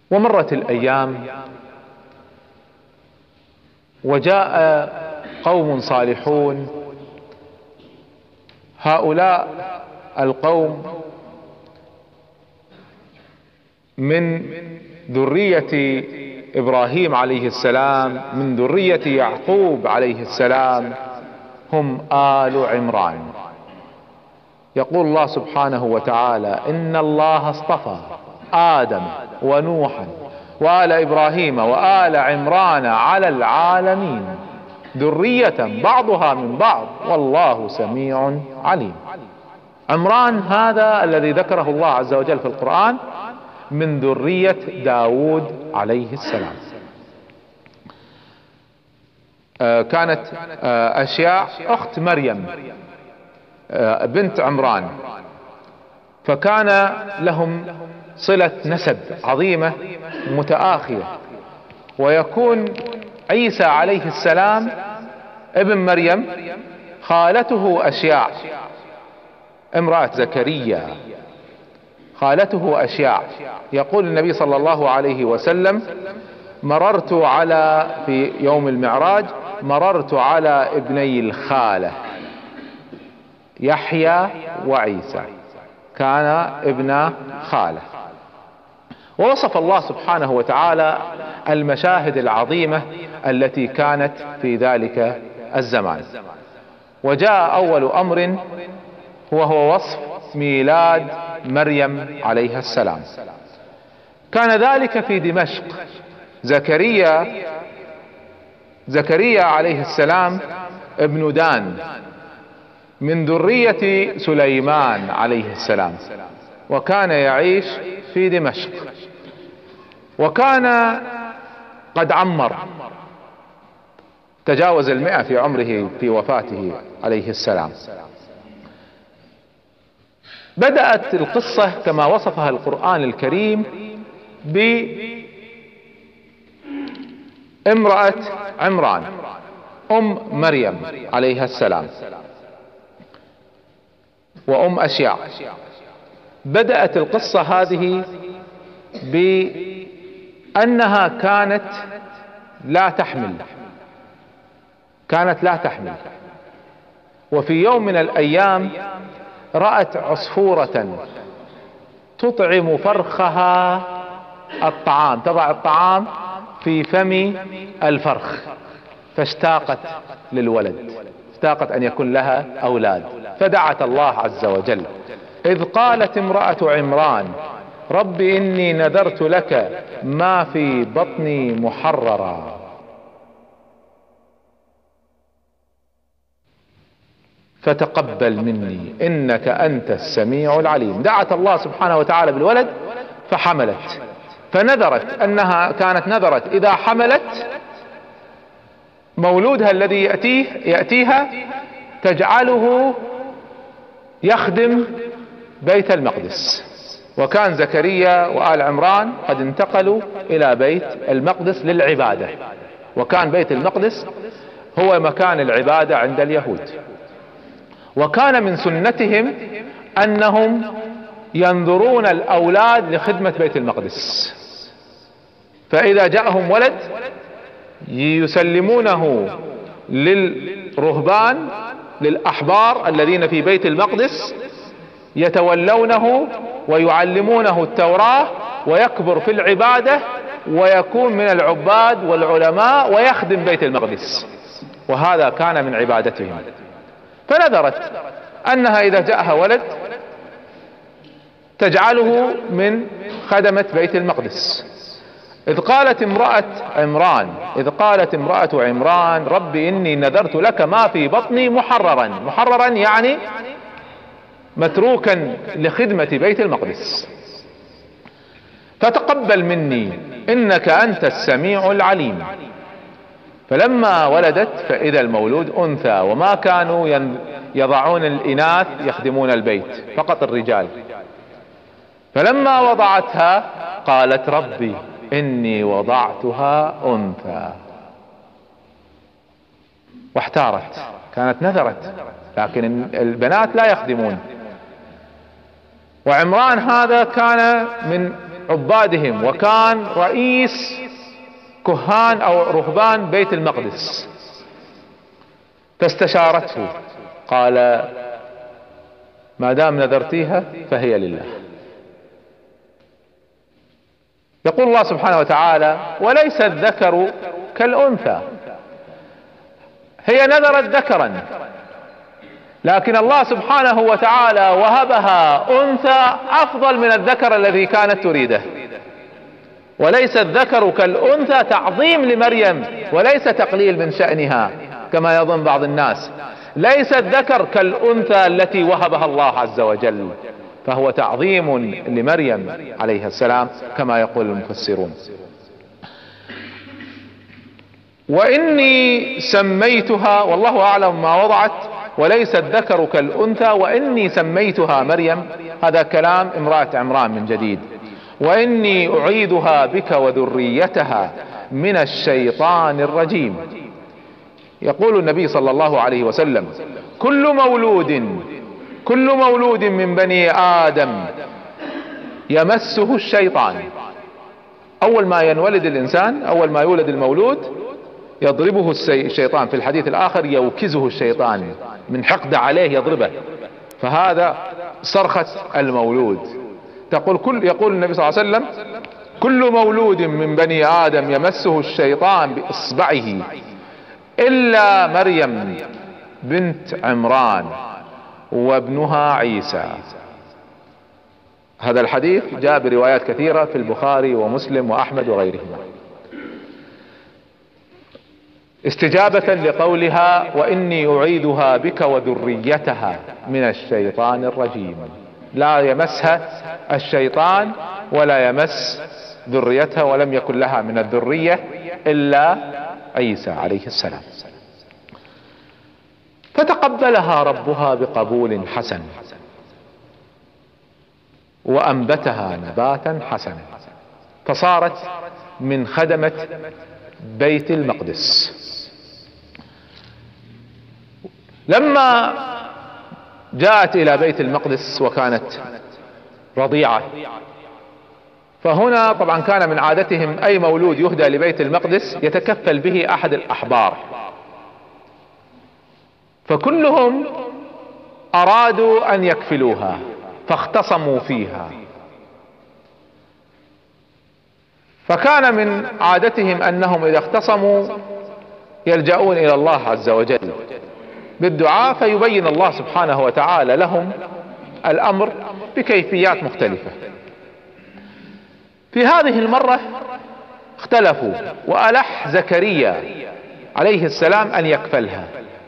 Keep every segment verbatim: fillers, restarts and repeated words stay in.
ومرت الأيام وجاء قوم صالحون. هؤلاء القوم من ذرية إبراهيم عليه السلام، من ذرية يعقوب عليه السلام، هم آل عمران. يقول الله سبحانه وتعالى: إن الله اصطفى آدم ونوحا وآل إبراهيم وآل عمران على العالمين ذرية بعضها من بعض والله سميع عليم. عمران هذا الذي ذكره الله عز وجل في القرآن من ذرية داود عليه السلام. آه كانت آه أشياء أخت مريم آه بنت عمران، فكان لهم صلة نسب عظيمة متآخية، ويكون عيسى عليه السلام ابن مريم خالته أشياء، امرأة زكريا خالته أشياء. يقول النبي صلى الله عليه وسلم: مررت على في يوم المعراج مررت على ابني الخالة يحيى وعيسى، كان ابن خالة. ووصف الله سبحانه وتعالى المشاهد العظيمة التي كانت في ذلك الزمان. وجاء أول أمر وهو وصف ميلاد مريم عليها السلام. كان ذلك في دمشق. زكريا زكريا عليه السلام ابن دان من ذرية سليمان عليه السلام، وكان يعيش في دمشق، وكان قد عمر، تجاوز المئة في عمره في وفاته عليه السلام. بدأت القصة كما وصفها القرآن الكريم بامرأة عمران أم مريم عليها السلام وأم أشياء. بدأت القصة هذه بأنها كانت لا تحمل كانت لا تحمل وفي يوم من الأيام رأت عصفورة تطعم فرخها الطعام، تضع الطعام في فم الفرخ، فاشتاقت للولد، اشتاقت أن يكون لها أولاد، فدعت الله عز وجل: إذ قالت امرأة عمران رب إني نذرت لك ما في بطني محررا فتقبل مني إنك أنت السميع العليم. دعت الله سبحانه وتعالى بالولد فحملت، فنذرت أنها كانت نذرت إذا حملت مولودها الذي يأتيه يأتيها تجعله يخدم بيت المقدس. وكان زكريا وآل عمران قد انتقلوا إلى بيت المقدس للعبادة، وكان بيت المقدس هو مكان العبادة عند اليهود. وكان من سنتهم أنهم ينذرون الأولاد لخدمة بيت المقدس، فإذا جاءهم ولد يسلمونه للرهبان للأحبار الذين في بيت المقدس يتولونه ويعلمونه التوراة، ويكبر في العبادة ويكون من العباد والعلماء ويخدم بيت المقدس، وهذا كان من عبادتهم. فنذرت أنها إذا جاءها ولد تجعله من خدمة بيت المقدس. إذ قالت امرأة عمران إذ قالت امرأة عمران رب إني نذرت لك ما في بطني محررا. محررا يعني متروكا لخدمة بيت المقدس، فتقبل مني إنك أنت السميع العليم. فلما ولدت فإذا المولود أنثى، وما كانوا يضعون الإناث يخدمون البيت، فقط الرجال. فلما وضعتها قالت ربي إني وضعتها أنثى، واحتارت، كانت نذرت، لكن البنات لا يخدمون. وعمران هذا كان من عبادهم، وكان رئيس كهان او رهبان بيت المقدس، فاستشارته قال ما دام نذرتيها فهي لله. يقول الله سبحانه وتعالى وليس الذكر كالأنثى، هي نذرت ذكرا لكن الله سبحانه وتعالى وهبها أنثى أفضل من الذكر الذي كانت تريده. وليس الذكر كالأنثى تعظيم لمريم وليس تقليل من شأنها كما يظن بعض الناس. ليس الذكر كالأنثى التي وهبها الله عز وجل، فهو تعظيم لمريم عليه السلام كما يقول المفسرون. وإني سميتها، والله أعلم ما وضعت وليس الذكر كالأنثى، وإني سميتها مريم، هذا كلام امرأة عمران من جديد. وإني أعيدها بك وذريتها من الشيطان الرجيم. يقول النبي صلى الله عليه وسلم كل مولود كل مولود من بني آدم يمسه الشيطان. أول ما ينولد الإنسان، أول ما يولد المولود يضربه الشيطان، في الحديث الآخر يوكزه الشيطان من حقد عليه يضربه، فهذا صرخة المولود. تقول كل يقول النبي صلى الله عليه وسلم كل مولود من بني آدم يمسه الشيطان بإصبعه إلا مريم بنت عمران وابنها عيسى. هذا الحديث جاء بروايات كثيرة في البخاري ومسلم وأحمد وغيرهما، استجابة لقولها وإني أعيدها بك وذريتها من الشيطان الرجيم. لا يمسها الشيطان ولا يمس ذريتها، ولم يكن لها من الذرية إلا عيسى عليه السلام. فتقبلها ربها بقبول حسن وأنبتها نباتا حسنا، فصارت من خدمة بيت المقدس. لما جاءت إلى بيت المقدس وكانت رضيعة، فهنا طبعا كان من عادتهم أي مولود يهدى لبيت المقدس يتكفل به أحد الأحبار، فكلهم أرادوا أن يكفلوها فاختصموا فيها. فكان من عادتهم أنهم إذا اختصموا يلجؤون إلى الله عز وجل بالدعاء، فيبين الله سبحانه وتعالى لهم الأمر بكيفيات مختلفة. في هذه المرة اختلفوا، وألح زكريا عليه السلام أن يكفلها،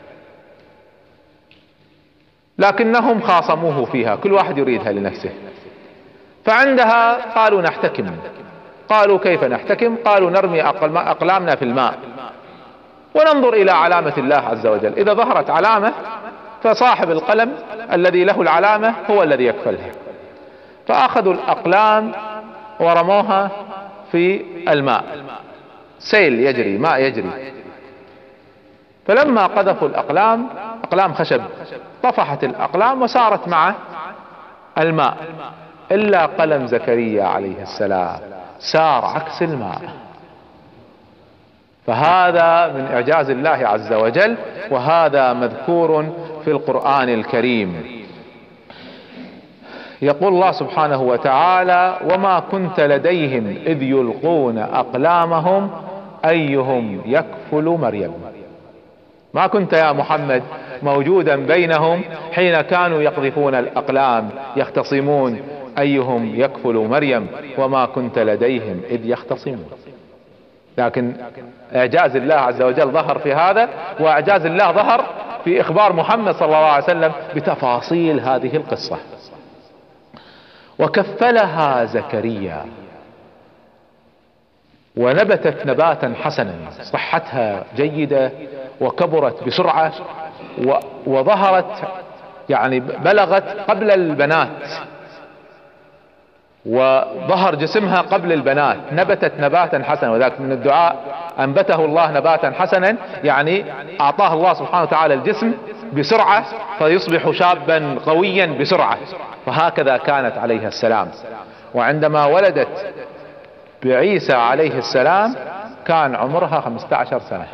لكنهم خاصموه فيها، كل واحد يريدها لنفسه. فعندها قالوا نحتكم. قالوا كيف نحتكم؟ قالوا نرمي أقلامنا في الماء وننظر إلى علامة الله عز وجل، إذا ظهرت علامة فصاحب القلم الذي له العلامة هو الذي يكفلها. فأخذوا الأقلام ورموها في الماء، سيل يجري، ماء يجري. فلما قذفوا الأقلام، أقلام خشب، طفحت الأقلام وسارت مع الماء، إلا قلم زكريا عليه السلام سار عكس الماء. فهذا من إعجاز الله عز وجل، وهذا مذكور في القرآن الكريم. يقول الله سبحانه وتعالى وما كنت لديهم إذ يلقون أقلامهم أيهم يكفل مريم. ما كنت يا محمد موجودا بينهم حين كانوا يقذفون الأقلام يختصمون أيهم يكفل مريم، وما كنت لديهم إذ يختصمون. لكن إعجاز الله عز وجل ظهر في هذا، وإعجاز الله ظهر في إخبار محمد صلى الله عليه وسلم بتفاصيل هذه القصة. وكفلها زكريا ونبتت نباتا حسنا، صحتها جيدة وكبرت بسرعة وظهرت يعني بلغت قبل البنات، وظهر جسمها قبل البنات، نبتت نباتا حسنا. وذلك من الدعاء أنبته الله نباتا حسنا، يعني أعطاه الله سبحانه وتعالى الجسم بسرعة فيصبح شابا قويا بسرعة. فهكذا كانت عليه السلام. وعندما ولدت بعيسى عليه السلام كان عمرها خمسة عشر سنة،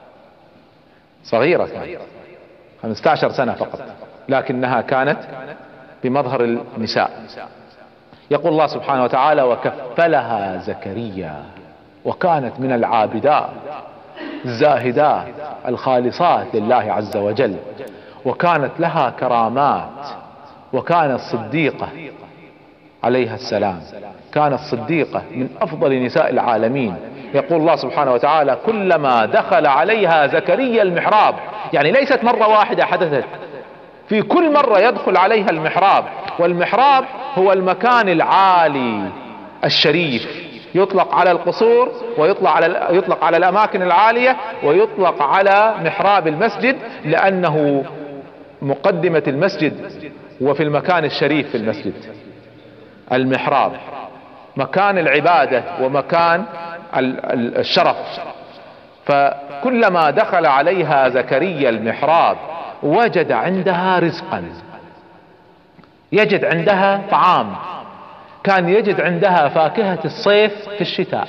صغيرة كانت، خمسة عشر سنة فقط، لكنها كانت بمظهر النساء. يقول الله سبحانه وتعالى: وكفلها زكريا وكانت من العابدات الزاهدات الخالصات لله عز وجل، وكانت لها كرامات، وكانت صديقة عليها السلام، كانت صديقة من افضل نساء العالمين. يقول الله سبحانه وتعالى: كلما دخل عليها زكريا المحراب، يعني ليست مرة واحدة حدثت، في كل مرة يدخل عليها المحراب. والمحراب هو المكان العالي الشريف، يطلق على القصور، ويطلق على يطلق على الاماكن العالية، ويطلق على محراب المسجد لانه مقدمة المسجد وفي المكان الشريف في المسجد. المحراب مكان العبادة ومكان الشرف. فكلما دخل عليها زكريا المحراب وجد عندها رزقا، يجد عندها طعام، كان يجد عندها فاكهة الصيف في الشتاء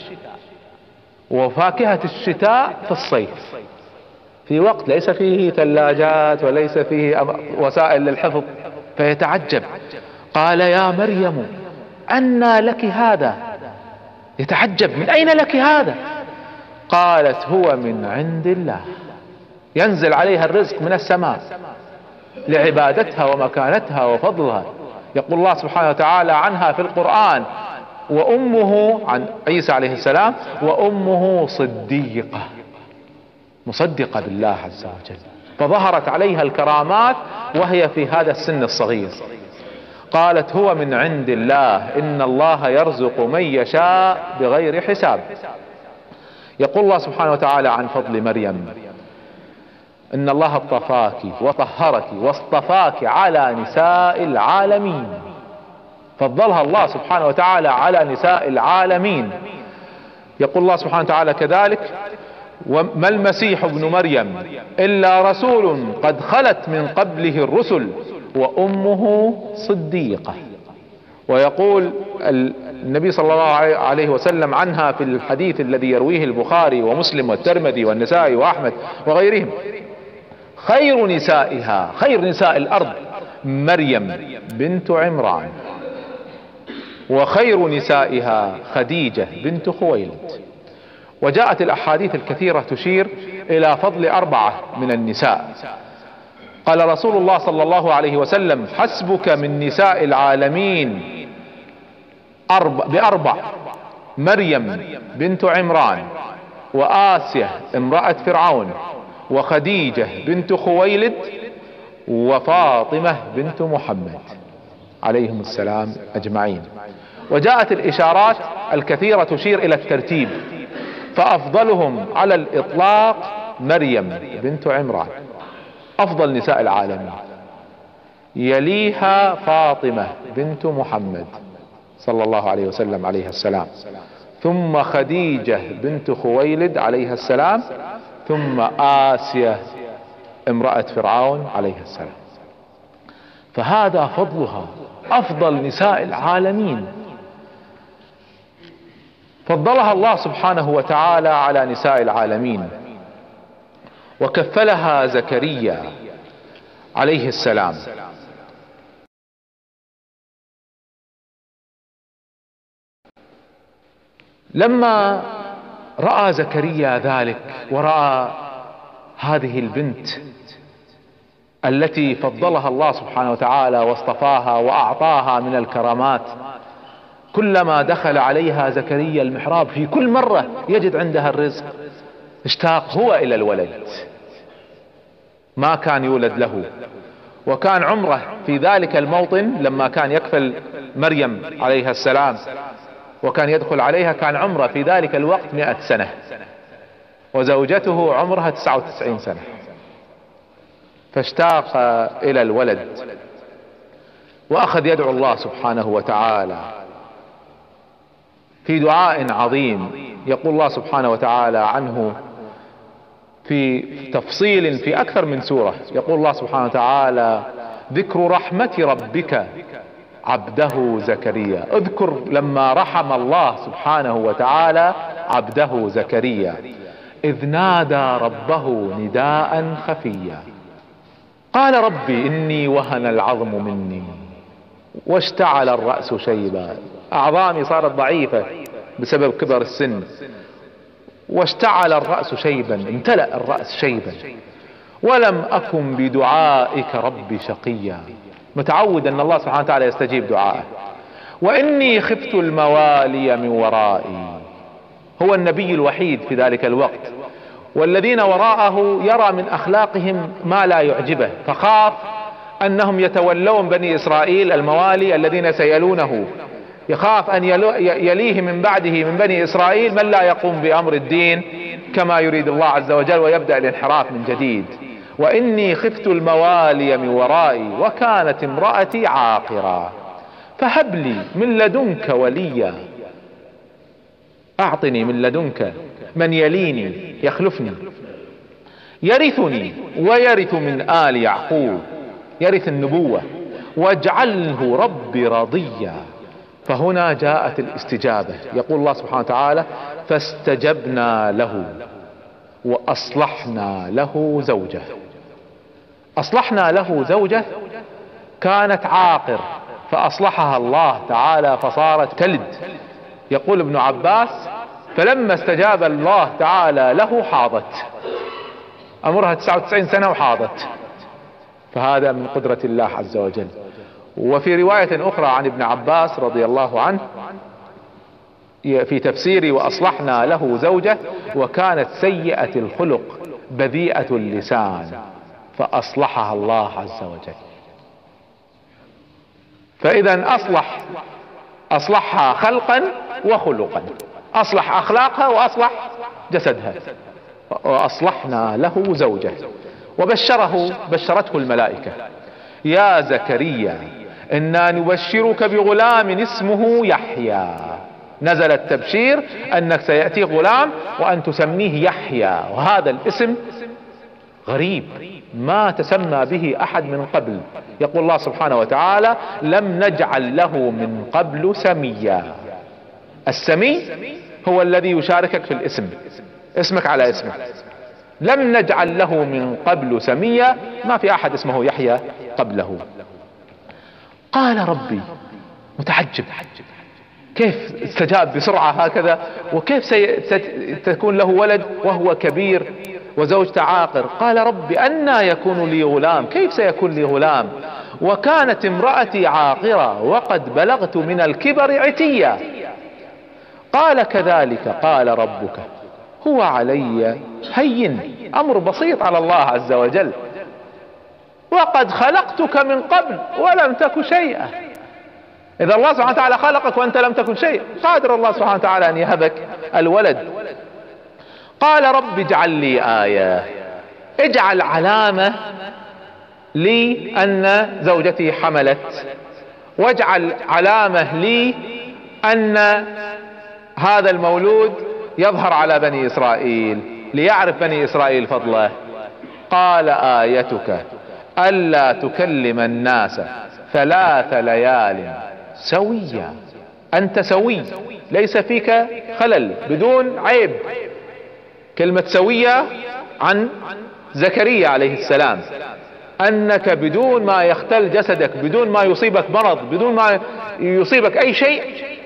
وفاكهة الشتاء في الصيف، في وقت ليس فيه ثلاجات وليس فيه وسائل للحفظ. فيتعجب، قال: يا مريم أنى لك هذا؟ يتعجب، من أين لك هذا؟ قالت: هو من عند الله، ينزل عليها الرزق من السماء لعبادتها ومكانتها وفضلها. يقول الله سبحانه وتعالى عنها في القرآن: وأمه، عن عيسى عليه السلام: وأمه صديقة، مصدقة بالله عز وجل. فظهرت عليها الكرامات وهي في هذا السن الصغير. قالت: هو من عند الله إن الله يرزق من يشاء بغير حساب. يقول الله سبحانه وتعالى عن فضل مريم: إن الله اصطفاك وطهرك واصطفاك على نساء العالمين. فضلها الله سبحانه وتعالى على نساء العالمين. يقول الله سبحانه وتعالى كذلك: وما المسيح ابن مريم إلا رسول قد خلت من قبله الرسل وأمه صديقة. ويقول النبي صلى الله عليه وسلم عنها في الحديث الذي يرويه البخاري ومسلم والترمذي والنسائي وأحمد وغيرهم: خير نسائها، خير نساء الأرض مريم بنت عمران، وخير نسائها خديجة بنت خويلد. وجاءت الأحاديث الكثيرة تشير إلى فضل أربعة من النساء. قال رسول الله صلى الله عليه وسلم: حسبك من نساء العالمين أربع بأربع: مريم بنت عمران، وآسيا امرأة فرعون، وخديجة بنت خويلد، وفاطمة بنت محمد عليهم السلام أجمعين. وجاءت الإشارات الكثيرة تشير إلى الترتيب، فأفضلهم على الإطلاق مريم بنت عمران، أفضل نساء العالمين، يليها فاطمة بنت محمد صلى الله عليه وسلم عليها السلام، ثم خديجة بنت خويلد عليها السلام، ثم آسيا امرأة فرعون عليها السلام. فهذا فضلها، أفضل نساء العالمين. فضلها الله سبحانه وتعالى على نساء العالمين، وكفلها زكريا عليه السلام. لما رأى زكريا ذلك ورأى هذه البنت التي فضلها الله سبحانه وتعالى واصطفاها وأعطاها من الكرامات، كلما دخل عليها زكريا المحراب في كل مرة يجد عندها الرزق، اشتاق هو إلى الولد، ما كان يولد له. وكان عمره في ذلك الموطن لما كان يكفل مريم عليها السلام وكان يدخل عليها، كان عمره في ذلك الوقت مئة سنة، وزوجته عمرها تسعة وتسعين سنة. فاشتاق إلى الولد وأخذ يدعو الله سبحانه وتعالى في دعاء عظيم. يقول الله سبحانه وتعالى عنه في تفصيل في أكثر من سورة، يقول الله سبحانه وتعالى: ذكر رحمة ربك عبده زكريا. اذكر لما رحم الله سبحانه وتعالى عبده زكريا إذ نادى ربه نداء خفيا قال ربي إني وهن العظم مني واشتعل الرأس شيبا. أعظامي صارت ضعيفة بسبب كبر السن. واشتعل الرأس شيبا، امتلأ الرأس شيبا، ولم أكن بدعائك رب شقيا. متعود أن الله سبحانه وتعالى يستجيب دعائه. وإني خفت الموالي من ورائي. هو النبي الوحيد في ذلك الوقت، والذين وراءه يرى من أخلاقهم ما لا يعجبه، فخاف أنهم يتولون بني إسرائيل الموالي الذين سيلونه. يخاف أن يليه من بعده من بني إسرائيل من لا يقوم بأمر الدين كما يريد الله عز وجل، ويبدأ الانحراف من جديد. وإني خفت الموالي من ورائي وكانت امرأتي عاقرا فهب لي من لدنك وليا. أعطني من لدنك من يليني يخلفني يرثني ويرث من آل يعقوب، يرث النبوة، واجعله ربي رضيا. فهنا جاءت الاستجابة. يقول الله سبحانه وتعالى فاستجبنا له وأصلحنا له زوجه. أصلحنا له زوجه كانت عاقر فأصلحها الله تعالى فصارت تلد. يقول ابن عباس فلما استجاب الله تعالى له حاضت، أمرها تسعة وتسعين سنة وحاضت. فهذا من قدرة الله عز وجل. وفي رواية أخرى عن ابن عباس رضي الله عنه في تفسير وأصلحنا له زوجه وكانت سيئة الخلق بذيئة اللسان فأصلحها الله عز وجل. فإذا أصلح أصلحها خلقا وخلقا، أصلح أخلاقها وأصلح جسدها. وأصلحنا له زوجه وبشره بشرته الملائكة يا زكريا إنا نبشرك بغلام اسمه يحيى. نزل التبشير أنك سيأتي غلام وأن تسميه يحيى، وهذا الاسم غريب ما تسمى به أحد من قبل. يقول الله سبحانه وتعالى لم نجعل له من قبل سميا. السمي هو الذي يشاركك في الاسم، اسمك على اسمه. لم نجعل له من قبل سميا، ما في أحد اسمه يحيى قبله. قال ربي، متعجب كيف استجاب بسرعة هكذا، وكيف ستكون له ولد وهو كبير وزوجته عاقر. قال ربي أنى يكون لي غلام، كيف سيكون لي غلام وكانت امرأتي عاقرة وقد بلغت من الكبر عتيا. قال كذلك قال ربك هو علي هين، أمر بسيط على الله عز وجل، وقد خلقتك من قبل ولم تك شيئا. إذا الله سبحانه وتعالى خلقك وأنت لم تكن شيء، قادر الله سبحانه وتعالى أن يهبك الولد. قال رب اجعل لي آية، اجعل علامة لي أن زوجتي حملت، واجعل علامة لي أن هذا المولود يظهر على بني إسرائيل ليعرف بني إسرائيل فضله. قال آيتك ألا تكلم الناس ثلاث ليال سويا. أنت سوي، ليس فيك خلل، بدون عيب. كلمة سوية عن زكريا عليه السلام، أنك بدون ما يختل جسدك، بدون ما يصيبك مرض، بدون ما يصيبك أي شيء،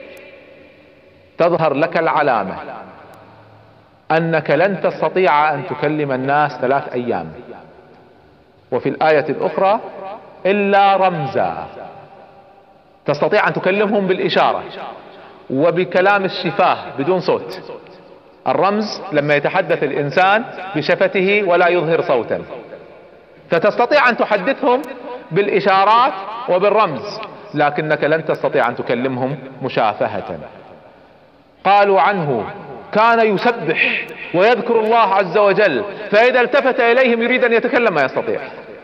تظهر لك العلامة أنك لن تستطيع أن تكلم الناس ثلاث أيام. وفي الآية الأخرى إلا رمزا، تستطيع أن تكلمهم بالإشارة وبكلام الشفاه بدون صوت. الرمز لما يتحدث الإنسان بشفته ولا يظهر صوتا، فتستطيع أن تحدثهم بالإشارات وبالرمز، لكنك لن تستطيع أن تكلمهم مشافهة. قالوا عنه كان يسبح ويذكر الله عز وجل، فإذا التفت إليهم يريد أن يتكلم ما يستطيع.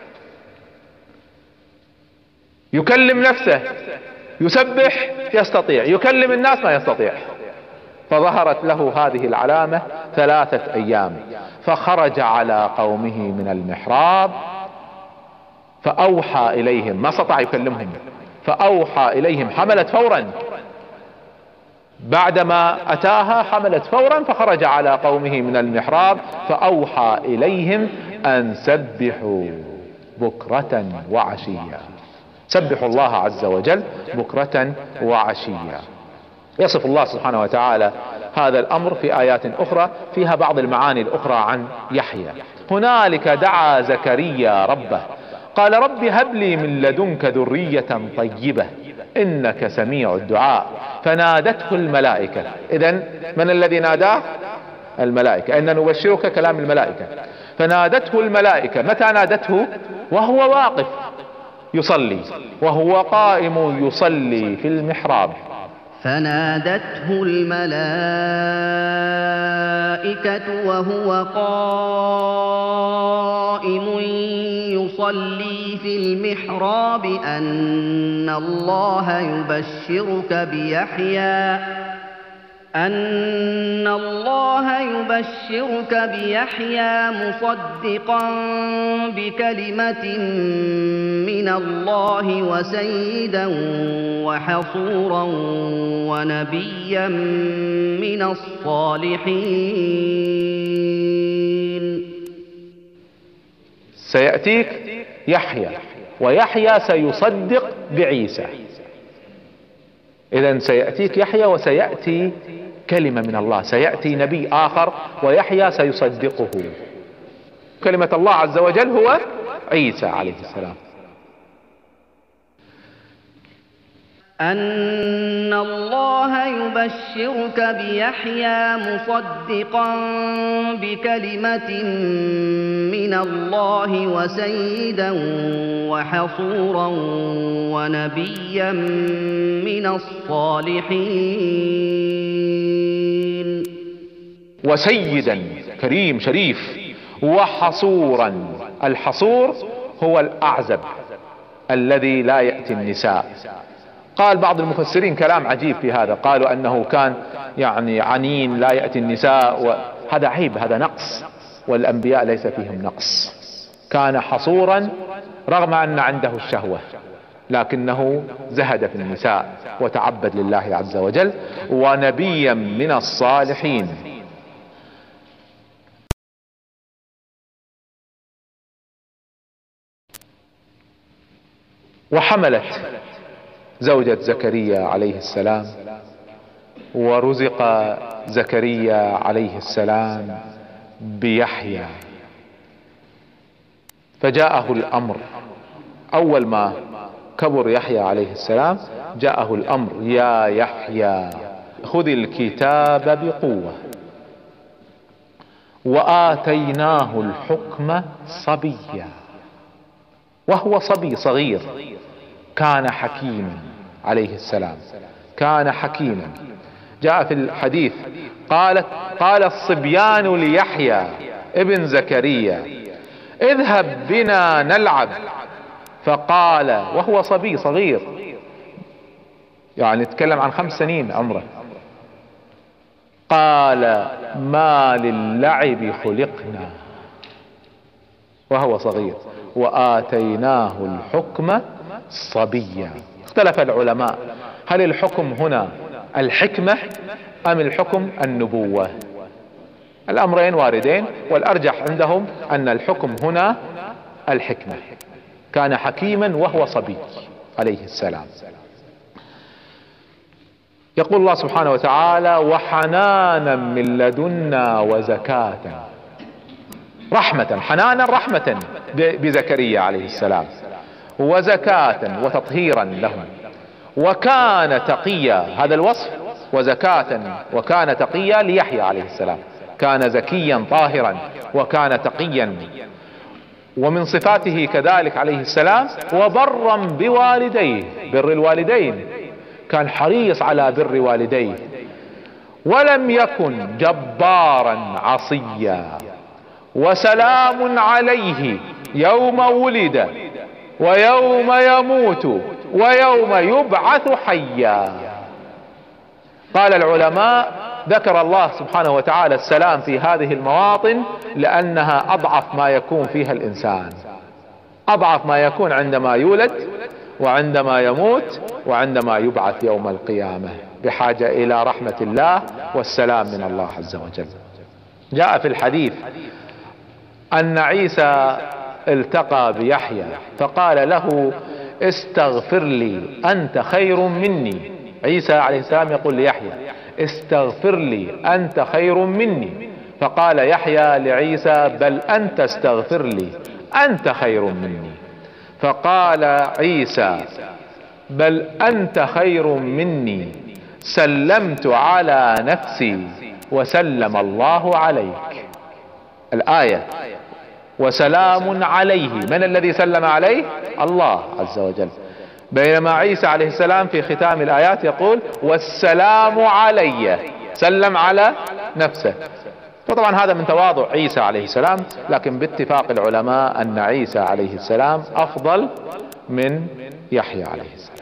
يكلم نفسه، يسبح يستطيع، يكلم الناس ما يستطيع. فظهرت له هذه العلامة ثلاثة أيام، فخرج على قومه من المحراب فأوحى إليهم، ما استطاع يكلمهم، فأوحى إليهم، حملت فورا بعدما أتاها، حملت فورا فخرج على قومه من المحراب فأوحى إليهم أن سبحوا بكرة وعشيا. سبحوا الله عز وجل بكرة وعشيا. يصف الله سبحانه وتعالى هذا الأمر في آيات أخرى فيها بعض المعاني الأخرى عن يحيى. هنالك دعا زكريا ربه قال رب هب لي من لدنك ذرية طيبة إنك سميع الدعاء فنادته الملائكة. إذن من الذي ناداه؟ الملائكة. إن نبشرك، كلام الملائكة. فنادته الملائكة. متى نادته؟ وهو واقف يصلي، وهو قائم يصلي في المحراب. فنادته الملائكة وهو قائم يصلي في المحراب أن الله يبشرك بيحيى أن الله يبشرك بيحيى مصدقا بكلمة من الله وسيدا وحصورا ونبيا من الصالحين. سيأتيك يحيى، ويحيى سيصدق بعيسى. إذن سيأتيك يحيى وسيأتي كلمة من الله، سيأتي نبي آخر ويحيى سيصدقه. كلمة الله عز وجل هو عيسى عليه السلام. أن الله يبشرك بيحيى مصدقا بكلمة من الله وسيدا وحصورا ونبيا من الصالحين. وسيدا كريم شريف، وحصورا. الحصور هو الأعزب الذي لا يأتي النساء. قال بعض المفسرين كلام عجيب في هذا، قالوا أنه كان يعني عنين لا يأتي النساء، وهذا عيب، هذا نقص، والأنبياء ليس فيهم نقص. كان حصورا رغم أن عنده الشهوة، لكنه زهد في النساء وتعبد لله عز وجل. ونبيا من الصالحين. وحملت زوجة زكريا عليه السلام، ورزق زكريا عليه السلام بيحيى. فجاءه الأمر أول ما كبر يحيى عليه السلام، جاءه الأمر يا يحيى خذ الكتاب بقوة وآتيناه الحكم صبيا. وهو صبي صغير، كان حكيما عليه السلام، كان حكيما. جاء في الحديث قالت قال الصبيان ليحيى ابن زكريا اذهب بنا نلعب، فقال وهو صبي صغير، يعني نتكلم عن خمس سنين عمره، قال ما للعب خلقنا، وهو صغير. وآتيناه الحكم صبيا. اختلف العلماء هل الحكم هنا الحكمة أم الحكم النبوة؟ الأمرين واردين، والأرجح عندهم أن الحكم هنا الحكمة. كان حكيما وهو صبي عليه السلام. يقول الله سبحانه وتعالى وحنانا من لدنا وزكاة. رحمة، حنانا رحمة بزكريا عليه السلام، وزكاة وتطهيرا لهم، وكان تقيا. هذا الوصف وزكاة وكان تقيا ليحيى عليه السلام، كان زكيا طاهرا وكان تقيا. ومن صفاته كذلك عليه السلام وبرا بوالديه، بر الوالدين، كان حريص على بر والديه. ولم يكن جبارا عصيا. وسلام عليه يوم ولد ويوم يموت ويوم يبعث حيا. قال العلماء ذكر الله سبحانه وتعالى السلام في هذه المواطن لأنها أضعف ما يكون فيها الإنسان، أضعف ما يكون عندما يولد وعندما يموت وعندما يبعث يوم القيامة، بحاجة إلى رحمة الله والسلام من الله عز وجل. جاء في الحديث أن عيسى التقى بيحيى فقال له استغفر لي أنت خير مني. عيسى عليه السلام يقول ليحيى استغفر لي أنت خير مني، فقال يحيى لعيسى بل أنت استغفر لي أنت خير مني. فقال عيسى بل أنت خير مني، سلمت على نفسي وسلم الله عليك. الآية وسلام عليه، من الذي سلم عليه؟ الله عز وجل. بينما عيسى عليه السلام في ختام الآيات يقول والسلام علي، سلم على نفسه. فطبعا هذا من تواضع عيسى عليه السلام، لكن باتفاق العلماء أن عيسى عليه السلام أفضل من يحيى عليه السلام.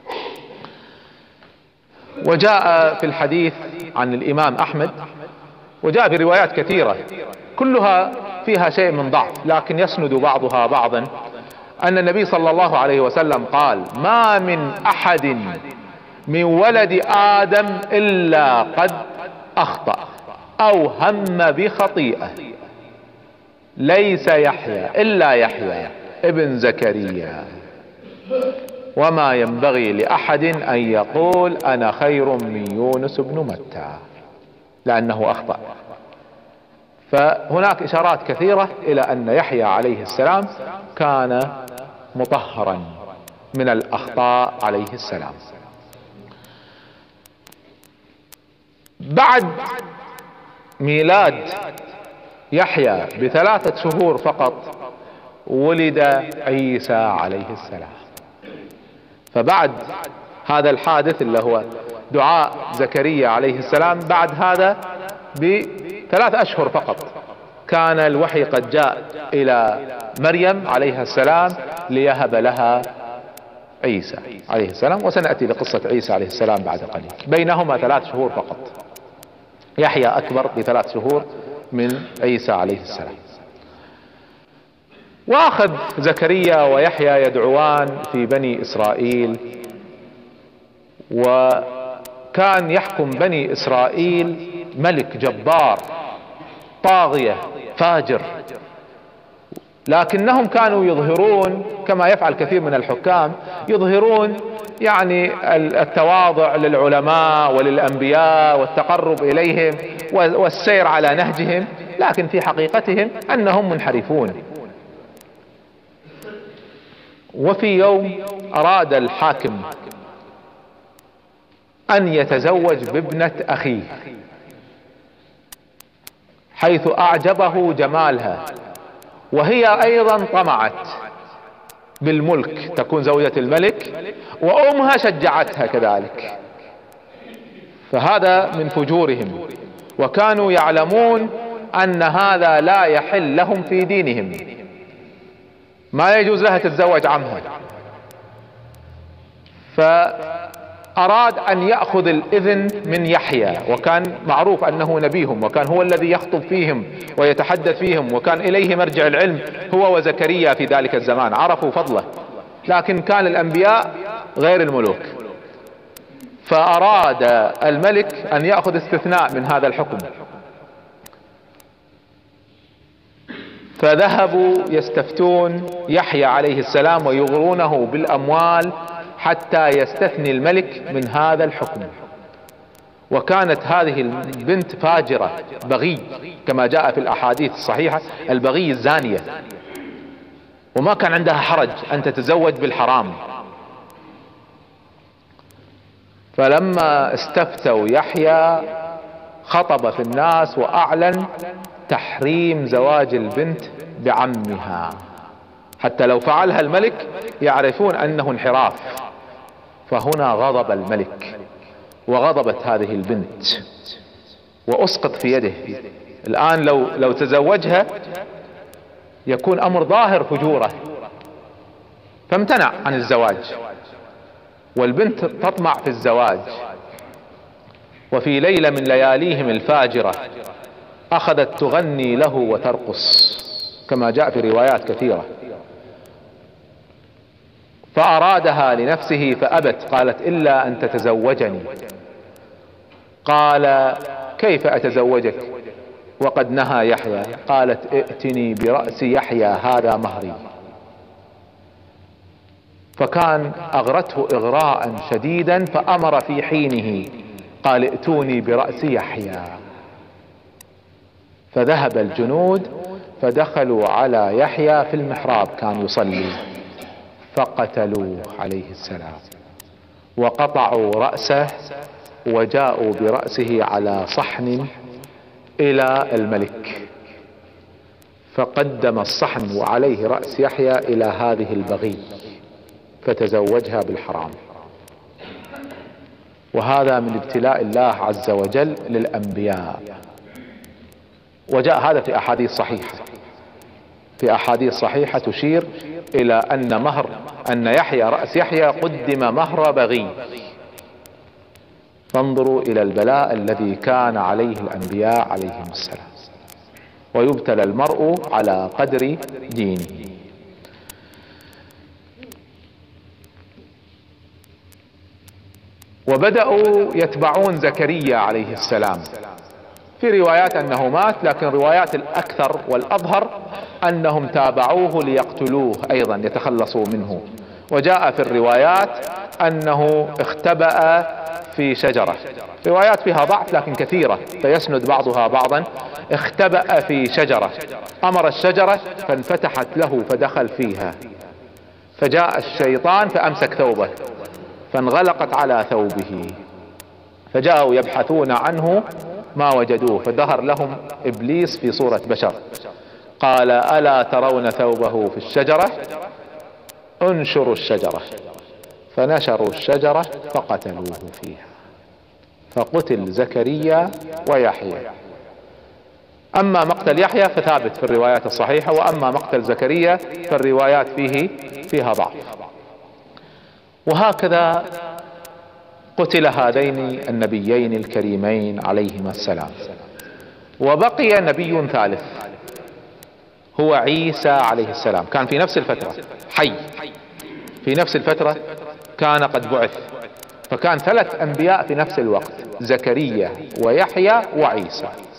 وجاء في الحديث عن الإمام أحمد، وجاء في روايات كثيرة كلها فيها شيء من ضعف لكن يسند بعضها بعضا، أن النبي صلى الله عليه وسلم قال ما من أحد من ولد آدم إلا قد أخطأ أو هم بخطيئة، ليس يحيى إلا يحيى ابن زكريا، وما ينبغي لأحد أن يقول أنا خير من يونس بن متى لأنه أخطأ. فهناك إشارات كثيرة إلى أن يحيى عليه السلام كان مطهرا من الأخطاء عليه السلام. بعد ميلاد يحيى بثلاثة شهور فقط ولد عيسى عليه السلام. فبعد هذا الحادث اللي هو دعاء زكريا عليه السلام، بعد هذا بثلاث أشهر فقط كان الوحي قد جاء إلى مريم عليها السلام ليهب لها عيسى عليه السلام، وسنأتي لقصة عيسى عليه السلام بعد قليل. بينهما ثلاث شهور فقط، يحيى أكبر بثلاث شهور من عيسى عليه السلام. واخذ زكريا ويحيى يدعوان في بني إسرائيل، وكان يحكم بني إسرائيل ملك جبار طاغية فاجر، لكنهم كانوا يظهرون كما يفعل كثير من الحكام، يظهرون يعني التواضع للعلماء وللأنبياء والتقرب إليهم والسير على نهجهم، لكن في حقيقتهم أنهم منحرفون. وفي يوم أراد الحاكم أن يتزوج بابنة أخيه، حيث أعجبه جمالها، وهي أيضا طمعت بالملك تكون زوجة الملك، وأمها شجعتها كذلك. فهذا من فجورهم، وكانوا يعلمون أن هذا لا يحل لهم في دينهم، ما يجوز لها تتزوج عمها. فأراد أن يأخذ الإذن من يحيى، وكان معروف أنه نبيهم، وكان هو الذي يخطب فيهم ويتحدث فيهم، وكان إليه مرجع العلم هو وزكريا في ذلك الزمان، عرفوا فضله، لكن كان الأنبياء غير الملوك. فأراد الملك أن يأخذ استثناء من هذا الحكم، فذهبوا يستفتون يحيى عليه السلام ويغرونه بالأموال حتى يستثني الملك من هذا الحكم. وكانت هذه البنت فاجرة بغي كما جاء في الأحاديث الصحيحة، البغي الزانية، وما كان عندها حرج أن تتزوج بالحرام. فلما استفتوا يحيى خطب في الناس وأعلن تحريم زواج البنت بعمها، حتى لو فعلها الملك يعرفون أنه انحراف. فهنا غضب الملك وغضبت هذه البنت وأسقط في يده. الآن لو لو تزوجها يكون أمر ظاهر فجوره، فامتنع عن الزواج، والبنت تطمع في الزواج. وفي ليلة من لياليهم الفاجرة أخذت تغني له وترقص كما جاء في روايات كثيرة. فأرادها لنفسه فأبت، قالت إلا أن تتزوجني. قال كيف أتزوجك وقد نهى يحيى؟ قالت ائتني برأس يحيى هذا مهري. فكان أغرته إغراء شديدا فأمر في حينه، قال ائتوني برأس يحيى. فذهب الجنود فدخلوا على يحيى في المحراب كان يصلي فقتلوه عليه السلام، وقطعوا رأسه وجاءوا برأسه على صحن إلى الملك، فقدم الصحن وعليه رأس يحيى إلى هذه البغي فتزوجها بالحرام. وهذا من ابتلاء الله عز وجل للأنبياء. وجاء هذا في أحاديث صحيحة، في أحاديث صحيحة تشير إلى أن مهر أن يحيى رأس يحيى قدم مهر بغي. فانظروا إلى البلاء الذي كان عليه الأنبياء عليهم السلام. ويبتلى المرء على قدر دينه. وبدأوا يتبعون زكريا عليه السلام. في روايات أنه مات، لكن روايات الأكثر والأظهر أنهم تابعوه ليقتلوه أيضا يتخلصوا منه. وجاء في الروايات أنه اختبأ في شجرة، روايات فيها ضعف لكن كثيرة فيسند بعضها بعضا. اختبأ في شجرة، أمر الشجرة فانفتحت له فدخل فيها، فجاء الشيطان فأمسك ثوبه فانغلقت على ثوبه، فجاءوا يبحثون عنه ما وجدوه، فظهر لهم إبليس في صورة بشر قال ألا ترون ثوبه في الشجرة؟ انشروا الشجرة. فنشروا الشجرة فقتلوه فيها، فقتل زكريا ويحيى. أما مقتل يحيى فثابت في الروايات الصحيحة، وأما مقتل زكريا فالروايات فيه فيها ضعف. وهكذا قتل هذين النبيين الكريمين عليهما السلام. وبقي نبي ثالث هو عيسى عليه السلام، كان في نفس الفترة حي، في نفس الفترة كان قد بعث. فكان ثلاث أنبياء في نفس الوقت، زكريا ويحيى وعيسى.